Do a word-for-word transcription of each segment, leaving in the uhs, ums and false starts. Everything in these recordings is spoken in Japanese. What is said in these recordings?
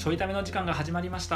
ちょいための時間が始まりました。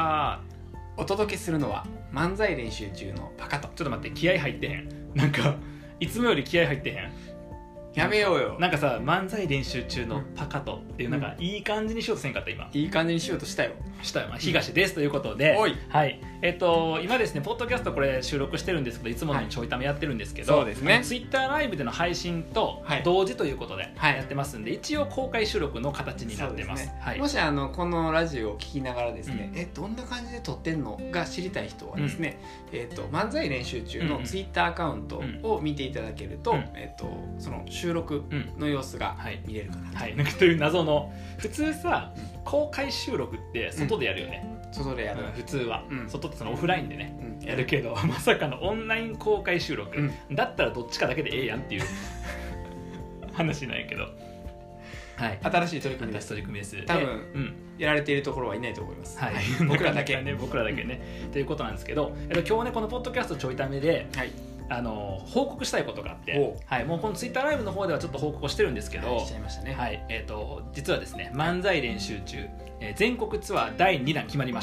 お届けするのは漫才練習中のパカと。 ちょっと待って、気合入ってへん。なんかいつもより気合入ってへん。 やめようよ。 なんかさ、漫才練習中のパカとっていう、なんかいい感じにしようとせんかった。今いい感じにしようとしたよ。 したよ。まあ、東ですということで、 おい、 はい、えっと今ですね、ポッドキャストこれ収録してるんですけど、いつものちょいためやってるんですけど、 はい、そうですね。 ツイッターライブでの配信と同時ということでやってますんで、はい、一応公開収録の形になってます。 ね、 はい、 もしあのこのラジオを聞きながらですね、うん、えどんな感じで撮ってんのが知りたい人はですね、うん、えっと漫才練習中のツイッターアカウントを見ていただけると、うん、えっとその収録の様子が見れるかなと、 はいはい、なんかという謎の、普通さ、うん、公開収録って外でやるよね。 うん、外でやる、 うん、普通は、うん、外ってそのオフラインでね、うん、やるけど、まさかのオンライン公開収録、うん、だったらどっちかだけでええやんっていう話なんやけど、はい、 新しい取り組みです。 取り組みです。 多分、うん、やられているところはいないと思います。 はい、 僕らだけね、僕らだけね、うん、ということなんですけど、えっと、今日ねこのポッドキャストちょいためで、はい、あの報告したいことがあって、はい、もうこのツイッターライブの方ではちょっと報告してるんですけど、 はい、しちゃいましたね。 はい、えっと実はですね、漫才練習中、えー、全国ツアーだいにだん決まりました。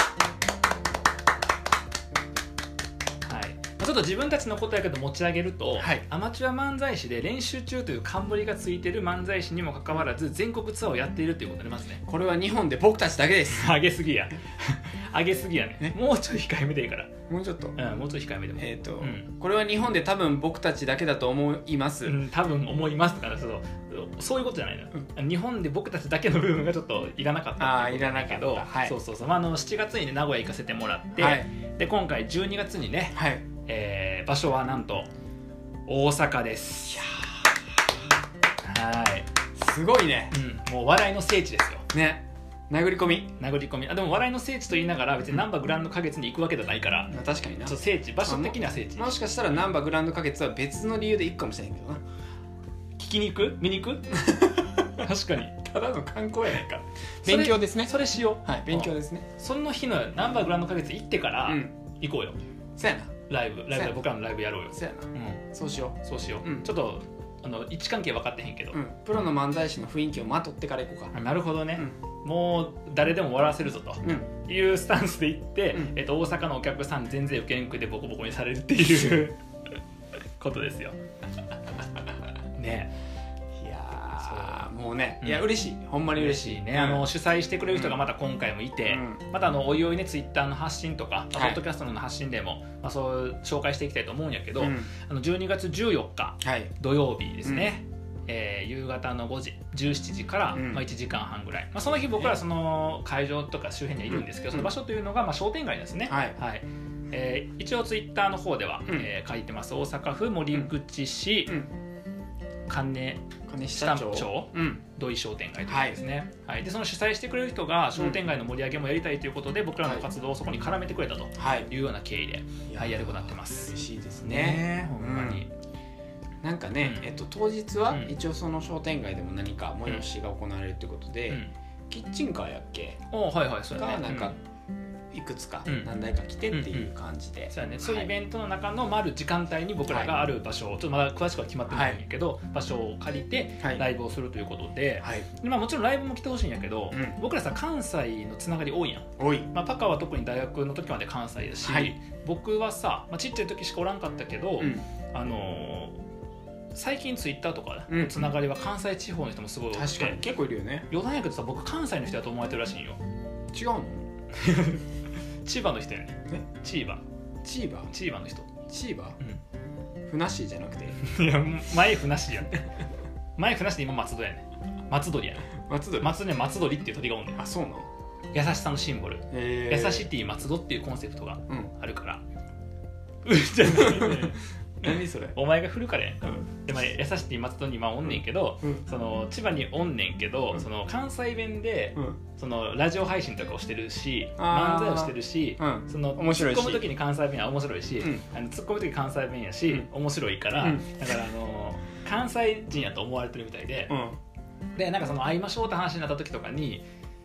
ちょっと自分たちのことやけど持ち上げると、はい、アマチュア漫才師で練習中という冠がついている漫才師にもかかわらず全国ツアーをやっているということになりますね。 これは日本で僕たちだけです。 上げすぎや上げすぎや ね, ねもうちょい控えめでいいから。 もうちょっと、 うん、もうちょい控えめでも、 えーとうん、これは日本で多分僕たちだけだと思います、 うん、多分思いますから、そう、そういうことじゃないの、うん、日本で僕たちだけの部分がちょっといらなかったっていうことだけど、はい、そうそうそう、まあ、あのしちがつに、ね、名古屋行かせてもらって、はい、で今回じゅうにがつにね、はい、えー、場所はなんと大阪です。いやはい、 すごいね、 うん、もう笑いの聖地ですよね。殴り込み殴り込みあでも笑いの聖地と言いながら別に難波グランド花月に行くわけじゃないから、 うん、確かにな、 ちょっと聖地、場所的には聖地。 も, もしかしたら難波グランド花月は別の理由で行くかもしれないけどな。 聞きに行く見に行く確かにただの観光やないか。勉強ですね。 それしよう。はい、勉強ですね。 その日の難波グランド花月行ってから行こうよ、うん、 そうやな。 ライブライブで僕らのライブやろうよ。 そうやな、うん、そうしようそうしよう、うん、ちょっとあの位置関係分かってへんけど、うん、 プロの漫才師の雰囲気をまとってから行こうか。 なるほどね、うん、もう誰でも笑わせるぞというスタンスで行って、うん、えっと、大阪のお客さん全然受けんくでボコボコにされるっていうことですよね。 もうね、いや嬉しい、ほんまに嬉しいね、うん、あの主催してくれる人がまた今回もいて、うん、またあのおいおいねツイッターの発信とか、まあ、ポッドキャストの発信でも、まあ、そう紹介していきたいと思うんやけど、うん、あのじゅうにがつじゅうよっか、はい、土曜日ですね、うん、えー、夕方のごじじゅうしちじから、うん、まあ、いちじかんはんぐらい、まあ、その日僕らその会場とか周辺にはいるんですけど、うん、その場所というのがまあ商店街ですね、はいはい、えー、一応ツイッターの方では、うん、えー、書いてます。大阪府守口市、うん、金下町、うん、土井商店街ということですね、はいはい、でその主催してくれる人が商店街の盛り上げもやりたいということで、うん、僕らの活動をそこに絡めてくれたというような経緯で、はい、やることになってます。 嬉しいですね, ねほんまに、 うん、なんかね、うん、えっと、当日は一応その商店街でも何か催しが行われるということで、うん、キッチンカーやっけ、 お、はいはい、そうやね、 がなんか、うん、いくつか何台か来てっていう感じで、うんうん、 そうやね、そういうイベントの中のある時間帯に僕らがある場所を、はい、ちょっとまだ詳しくは決まってないんやけど、はい、場所を借りてライブをするということで、はい、でまあ、もちろんライブも来てほしいんやけど、うん、僕らさ関西のつながり多いやん。 多い、 まあ、パカは特に大学の時まで関西だし、はい、僕はさ、まあ、ちっちゃい時しかおらんかったけど、うん、あのー最近ツイッターとかのつながりは関西地方の人もすごい多くて、 確かに結構いるよね。 余談やけどさ、僕関西の人だと思われてるらしいんよ。 違うの千葉の人やね。千葉千葉千葉の人。 千葉、うん、ふなっしーじゃなくていや前ふなっしーやん前ふなっしーで今松戸やね。松鳥やね。 松鳥松ね松鳥っていう鳥がおんねん。 あ、そうなの。 優しさのシンボル、 えー、 優しティ松戸っていうコンセプトがあるから、うん、じゃないね何それ。 お前が振るからやんか、うん、で、まあ、優しい松戸に今おんねんけど、うん、その千葉におんねんけど、うん、その関西弁で、うん、そのラジオ配信とかをしてるし、漫才をしてるし、うん、その面白いし突っ込む時に関西弁は面白いし、うん、あの突っ込む時関西弁やし、うん、面白いから、うん、だからあの関西人やと思われてるみたいで、うん、でなんかその会いましょうって話になった時とかに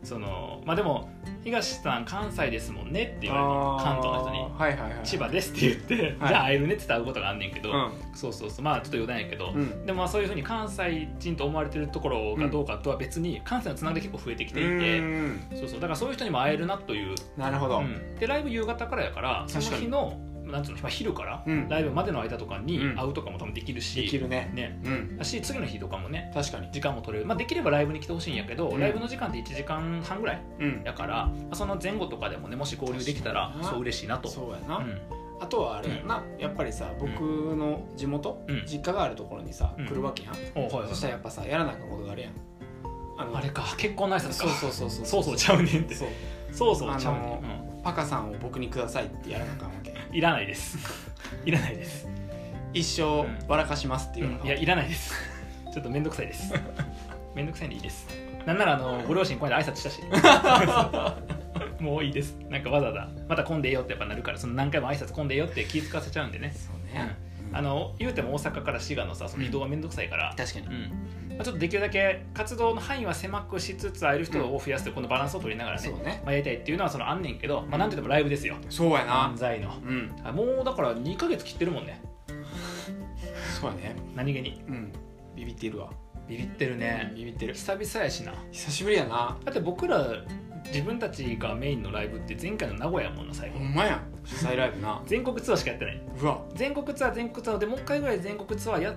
そのまあでも東さん関西ですもんねって言われるの関東の人に、 はいはいはい、 千葉ですって言って、はい、じゃあ会えるねって言ったら会うことがあんねんけど、うん、そうそうそうまあちょっと余談やけど、うん、でもまあそういうふうに関西人と思われてるところがどうかとは別に関西のつながり結構増えてきていて、うん、そうそうだからそういう人にも会えるなという。 なるほど、 うん、でライブ夕方からやからその日のなんつうの、まあ、昼から、うん、ライブまでの間とかに会うとかも多分できるし、 できるね、 ね、うん、だし次の日とかもね確かに時間も取れる、まあ、できればライブに来てほしいんやけど、うん、ライブの時間っていちじかんはんぐらいやから、うんまあ、その前後とかでもねもし交流できたらそう嬉しいなと。 そうやな、うん、あとはあれやな、うん、やっぱりさ僕の地元、うん、実家があるところにさ、うん、来るわけやん、うん、そしたらやっぱさやらなあかんことがあるやん。 あのあれか結婚の挨拶かそうそうそうそうそうそうちゃうねんってそうそうそうちゃうねん、うん、 パカさんを僕にくださいってやらなあかんわけいらないですいらないです一生笑かしますっていうのが、 うん、いやいらないですちょっとめんどくさいですめんどくさいんでいいです。なんならあのご両親この間挨拶したしもういいです。なんかわざわざまた混んでえよってやっぱなるからその何回も挨拶混んでえよって気遣わせちゃうんでね。 そうね、 うん、あの言うても大阪から滋賀のさその移動はめんどくさいから、 うん、確かに、うんまあ、ちょっとできるだけ活動の範囲は狭くしつつ会える人を増やすというこのバランスを取りながら ね,、うんねまあ、やりたいっていうのはそのあんねんけど、まあ、なんて言ってもライブですよ。 そうやな漫才の、うん、もうだからにかげつ切ってるもんね。 そうやね何気に、 うん、ビビってるわ。 ビビってるね、 うん、ビビってる。 久々やしな。 久しぶりやな。 だって僕ら自分たちがメインのライブって前回の名古屋やもんな最後。 ほんまや主催ライブな全国ツアーしかやってない。 うわ全国ツアー全国ツアーでもう一回ぐらい全国ツアーやって、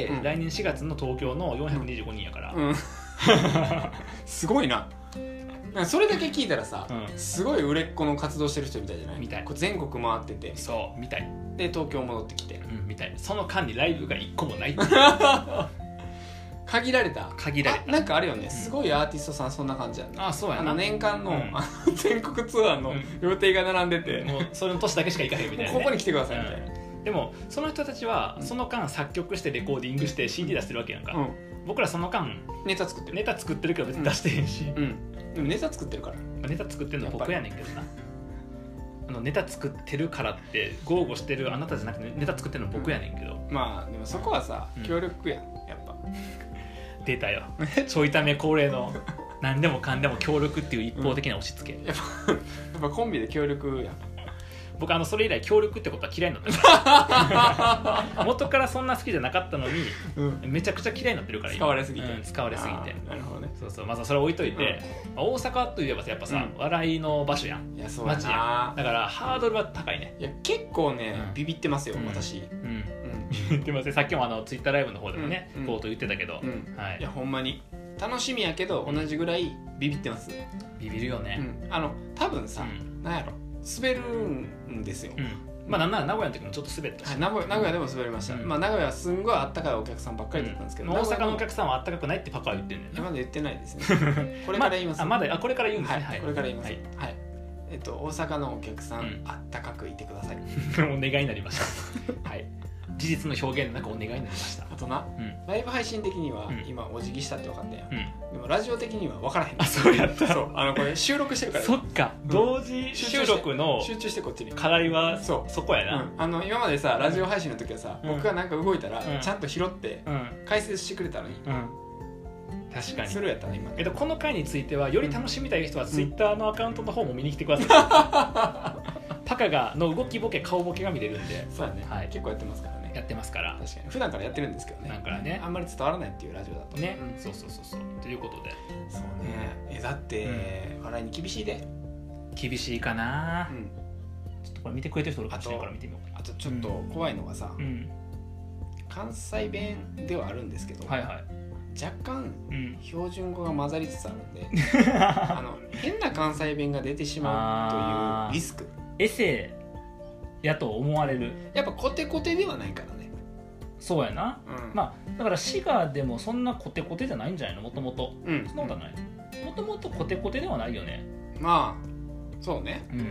うん、来年しがつの東京のよんひゃくにじゅうごにんやから、うんうん、 すごいな。それだけ聞いたらさ、うん、すごい売れっ子の活動してる人みたいじゃない？ みたい。 全国回っててそうみたいで東京戻ってきて、 うん、みたい。その間にライブがいっこもないって限られた限られたなんかあるよね、すごいアーティストさんそんな感じやね。 あそうやな。 あの年間の、うん、全国ツアーの予定が並んでて、 うん、もうそれの年だけしか行かへんみたいな、ね、 ここに来てくださいみたいな、 うん、でもその人たちはその間作曲してレコーディングして シーディー 出してるわけやんか、うん、僕らその間ネタ作ってるネタ作ってるけど別に出してへんし、 うんうん、でもネタ作ってるから、まあ、ネタ作ってるのは僕やねんけどな。あのネタ作ってるからって豪語してるあなたじゃなくてネタ作ってるの僕やねんけど、 うん、まあでもそこはさ、うん、協力やんやっぱ出たよちょいため恒例の何でもかんでも協力っていう一方的な押し付け、うん、 やっぱやっぱコンビで協力やん。 僕あのそれ以来協力ってことは嫌いになった元からそんな好きじゃなかったのに、うん、めちゃくちゃ嫌いになってるから使われすぎて、 うん、使われすぎて。 なるほどね。 そうそうまずはそれ置いといて、うんまあ、大阪といえばやっぱさ、うん、笑いの場所やん。 いやそうやな。 街やんだからハードルは高いね。 いや結構ね、うん、ビビってますよ、 うん、 私、うん、 ビビってますね。さっきもあのツイッターライブの方でもね、うん、こうと言ってたけど、 うんはい、いやほんまに楽しみやけど同じぐらいビビってます。 ビビるよね、 うん、あの多分さ、うん、なんやろ滑るんですよ、 うん、まあなんなら名古屋の時もちょっと滑ったし、 はい、名古屋、名古屋でも滑りました、うんまあ、名古屋はすんごいあったかいお客さんばっかりだったんですけど、 うん、大阪のお客さんはあったかくないってパパは言ってんねん。 まだ言ってないですねこれから言います、 まあ、まだあこれから言うんですね、 はいはい、これから言います、はいはい、えっと、大阪のお客さん、うん、あったかくいてくださいお願いになりましたはい事実の表現の中お願いになりました。 あとな、うん、ライブ配信的には、うん、今お辞儀したって分かったやん、うん、でもラジオ的には分からへん。 あそうやったそうあのこれ収録してるからそっか、うん、同時収録の集中してこっちに課題はそそこやな、 うん、あの今までさラジオ配信の時はさ、うん、僕がなんか動いたら、うん、ちゃんと拾って解説してくれたのに、うん、 確かにそれやったね今、 えっと、この回についてはより楽しみたい人はツイッターのアカウントの方も見に来てください、パカがの動きボケ顔ボケが見れるんで。 そうだね、はい、結構やってますからね。 やってますから。 確かに普段からやってるんですけどね。 なんからね、 あんまり伝わらないっていうラジオだとね、うん、そうそうそうそうということで。 そうね。えだって、うん、笑いに厳しいで。 厳しいかな、うん、ちょっとこれ見てくれてる人おるかもしれないから見てみようか。 あとちょっと怖いのがさ、うん、関西弁ではあるんですけど、 はいはい、 若干、うん、標準語が混ざりつつあるんであの変な関西弁が出てしまうというリスク。 エセやと思われる。 やっぱコテコテではないからね。 そうやな、うん、まあだから滋賀でもそんなコテコテじゃないんじゃないのもともと。そんなことはないもともとコテコテではないよね。 まあそうね、うん、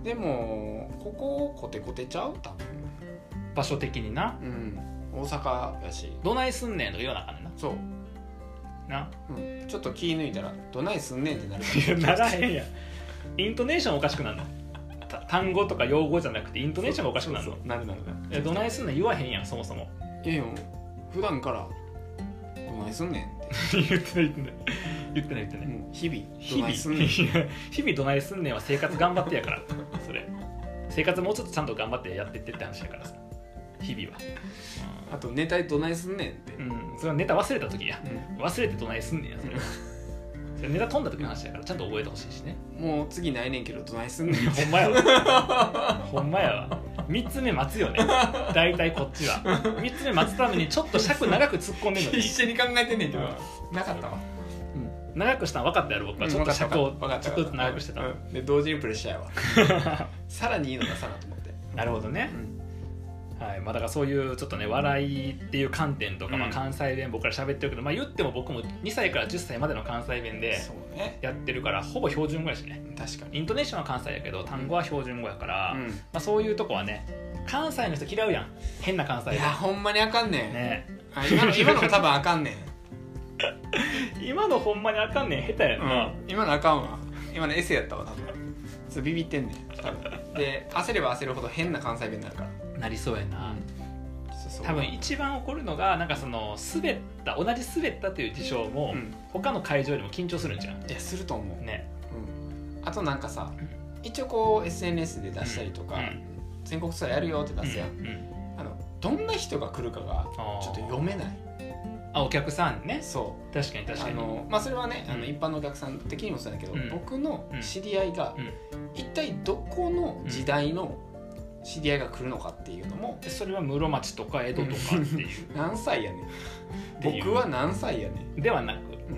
でもここコテコテちゃう多分場所的にな、 うん、大阪やしどないすんねんとか言わなあかんねんな。 そうな、うん、ちょっと気抜いたらどないすんねんってなるからならへんやん。イントネーションおかしくなるの。単語とか用語じゃなくてイントネーションがおかしくなるの。 なるなるなる。どないすんねん言わへんやんそもそも。 いやいや普段からどないすんねんって言ってない言ってない言ってない言ってない、 もう日々 日々 すんねん日々どないすんねんは生活頑張ってやからそれ生活もうちょっとちゃんと頑張ってやってってって話やからさ日々は、 あとネタどないすんねんって、 うん、それはネタ忘れた時や、うん、忘れてどないすんねんやそれはそれネタ飛んだ時の話やからちゃんと覚えてほしいしね。 もう次ないねんけどどないすんねんほんまやわほんまやわみっつめ待つよね大体こっちはみっつめ待つためにちょっと尺長く突っ込んでんのに一緒に考えてんねんけど、うん、なかったわ、 うん、長くしたの分かったやろ僕は、うん、ちょっと尺をちょっとずつ長くしてた、 うん、で同時にプレッシャーやわさらにいいの出さなと思ってなるほどね、うん、はいまあ、だからそういうちょっとね笑いっていう観点とか、まあ、関西弁僕ら喋ってるけど、まあ、言っても僕もにさいからじゅっさいまでの関西弁でやってるからほぼ標準語やしね。 確かにイントネーションは関西やけど単語は標準語やから、 うんまあ、そういうとこはね関西の人嫌うやん変な関西弁。 いやほんまにあかんねん、 ね、 あ 今, の今のも多分あかんねん今のほんまにあかんねん下手やんな、 うん、今のあかんわ今のエセやったわ多分そうビビってんねん多分で焦れば焦るほど変な関西弁になるからなりそうやな、 うん、そうそう多分一番起こるのがなんかその滑った同じ滑ったという事象も、うん、他の会場よりも緊張するんじゃん。 いやすると思うね、 うん、あとなんかさ、うん、一応こう エスエヌエス で出したりとか、うん、全国ツアーやるよって出すやん、うんうん、あのどんな人が来るかがちょっと読めない。 あお客さんね。 そう確かに確かに。 あの、まあ、それはね、うん、あの一般のお客さん的にもそうだけど、うん、僕の知り合いが、うん、一体どこの時代の知り合いが来るのかっていうのも、 うん、それは室町とか江戸とかっていう何歳やねん僕は何歳やねんではなく、 うん、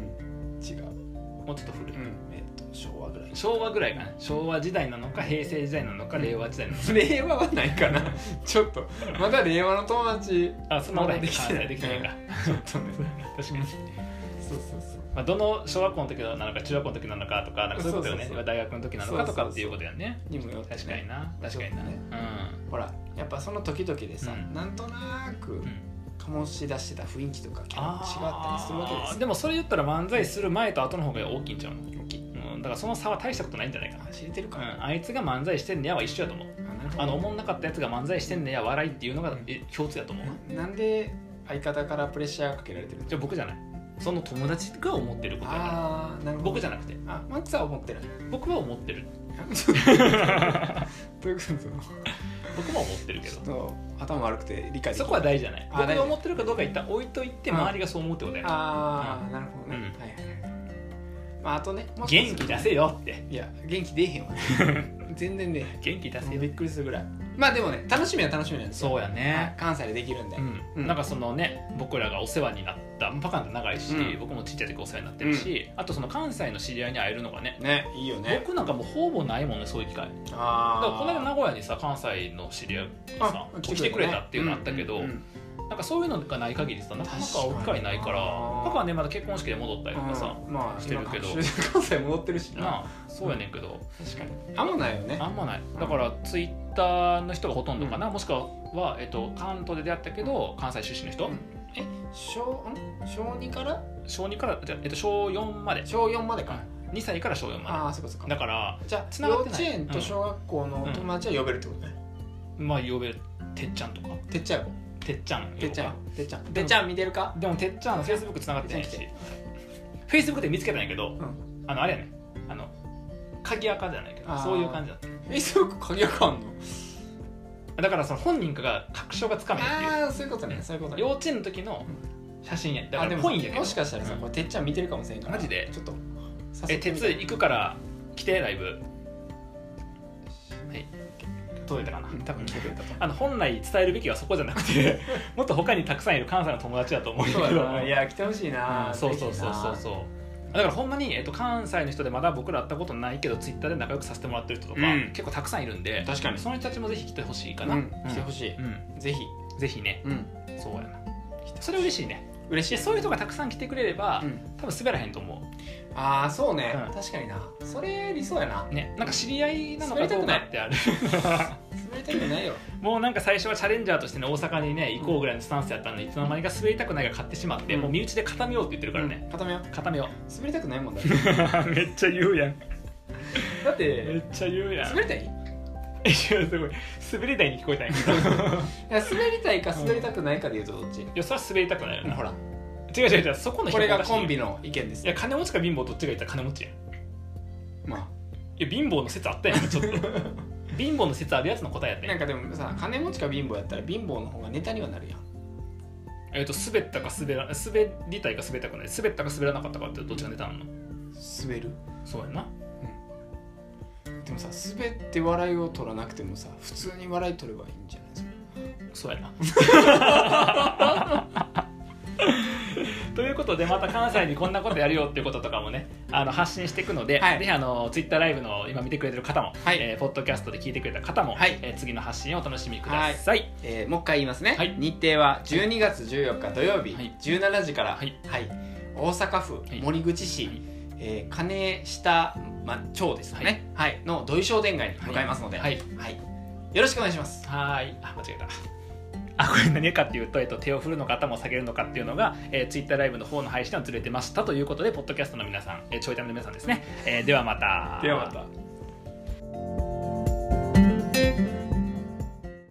違うもうちょっと古い、 うんえー、と昭和ぐらい昭和ぐらいかな。昭和時代なのか平成時代なのか、うん、令和時代なのか。 令和はないかなちょっとまだ令和の友達あそんなことできてないできてないかちょっとね確かにそうそうそう、 まあ、どの小学校の時なのか中学校の時なのかとか、なんかそういうことよね。そうそうそう大学の時なのかとかっていうことやね。 にもよってね、 確かにな確かにな、ね、 うん、ほらやっぱその時々でさ、うん、なんとなく醸し出してた雰囲気とかキャラも違ったりするわけです。 でもそれ言ったら漫才する前と後の方が大きいんちゃうの。大きい、うん、だからその差は大したことないんじゃないかな。 知れてるか、 うん、あいつが漫才してんねやは一緒やと思う。あのおもんなかったやつが漫才してんねや笑いっていうのが共通やと思う。 な, なんで相方からプレッシャーかけられてるの。 じゃあ僕じゃない、その友達が思ってることやから。 あなるほど。 僕じゃなくて。 あマックスは思ってる。 僕は思ってるどういうこと僕も思ってるけど頭悪くて理解できない。 そこは大事じゃない。僕が思ってるかどうか一旦置いといて周りがそう思うってことやから。 ああ、うん、なるほどね、うん、はいはいはい。まああとね元気出せよって。 いや元気出えへんわ全然ね元気出せよ。 びっくりするぐらい。まあでもね楽しみは楽しみなんですよ。 そうやね、 関西でできるんで、うんうん、なんかそのね僕らがお世話になったパカンって長いし、うん、僕もちっちゃい時お世話になってるし、うん、あとその関西の知り合いに会えるのがねねいいよね。 僕なんかもうほぼないもんねそういう機会。 あだからこの間名古屋にさ関西の知り合いがさ来てくれたっていうのあったけど、うんうんうんなんかそういうのがない限りさなかなか会う機会ないからパカはねまだ結婚式で戻ったりとかさ、 まあ、 してるけど関西戻ってるしな。 なそうやねんけど、 うん、確かにあんまないよね。 あんまない。だからツイッターの人がほとんどかな、うん、もしくは、えっと、関東で出会ったけど関西出身の人、うん、 え小小にから小にからじゃ、えっと、小よんまで小よんまでか、 うん、にさいから小よんまで。 ああそうかそうか。 だからじゃあ幼稚園と小学校の友達は呼べるってことね、 うん、まあ呼べる。てっちゃんとかてっちゃんてっちゃんてっちゃんてっちゃんてっちゃん見てるか。 でもてっちゃんフェイスブックつながってないしフェイスブックで見つけたんやけど、うん、あのあれやねあの鍵垢じゃないけどそういう感じだった。フェイスブック鍵垢あんの。 だからその本人かが確証がつかめないっていう。 ああそういうことねそういうことね。 幼稚園の時の写真やだからぽいんやけどもしかしたらさ、うん、これてっちゃん見てるかもしれんからマジでちょっとえてつ行くから来てライブはい届いたかな、うん、多分来てくれたとあの本来伝えるべきはそこじゃなくてもっと他にたくさんいる関西の友達だと思うんだけどいや来てほしいな、 うん、そうそうそうそうそうだからほんまに、えっと、関西の人でまだ僕ら会ったことないけどツイッターで仲良くさせてもらってる人とか、うん、結構たくさんいるんで確かにその人たちもぜひ来てほしいかな、 うん、来てほしい、うん、ぜひぜひね、 うん、 そうやなそれ嬉しいね嬉しい。 そういう人がたくさん来てくれれば、うん、多分滑らへんと思う。 ああそうね、うん、確かになそれ理想やな。 ねなんか知り合いなのかどうかってある滑りたくないよもうなんか最初はチャレンジャーとしてね大阪にね行こうぐらいのスタンスやったのにいつの間にか滑りたくないが勝ってしまって、うん、もう身内で固めようって言ってるからね、 うん、固めよう固めよう滑りたくないもんだめっちゃ言うやんだってめっちゃ言うやん滑りたいすごい滑りたいに聞こえたんやけどいや滑りたいか滑りたくないかで言うとどっち。いやそれは滑りたくないよね。 ほら違う違う違う、そこのこれがコンビの意見です。 いや金持ちか貧乏どっちが言ったら金持ちやん。 まあいや貧乏の説あったやんちょっと貧乏の説あるやつの答えやったやなんんかでもさ、金持ちか貧乏やったら貧乏の方がネタにはなるやん。 えっ、ー、と滑ったか滑ら滑りたいか滑ったかない、滑ったか滑らなかったかってどっちがネタなの？ 滑る。 そうやな。 でもさ、滑って笑いを取らなくてもさ、普通に笑い取ればいいんじゃないですか。 そうやなということで、また関西にこんなことやるよっていうこととかもね、あの発信していくので、はい、ぜひあのツイッターライブの今見てくれてる方も、はい、えー、ポッドキャストで聞いてくれた方も、はい、えー、次の発信をお楽しみください。はい、 えー、もう一回言いますね、はい、日程はじゅうにがつじゅうよっか土曜日、はい、じゅうしちじから、はいはい、大阪府守口市、はい、えー、金下、ま、町ですかね、はいはい、の土井商店街に向かいますので、はいはい、よろしくお願いします。 はい、あ、間違えた。あ、これ何かっていうと、えっと、手を振るのか頭を下げるのかっていうのが、えー、ツイッターライブの方の配信はずれてましたということで、ポッドキャストの皆さん、えー、ちょいための皆さんですね、えー、ではまた。 ではまた。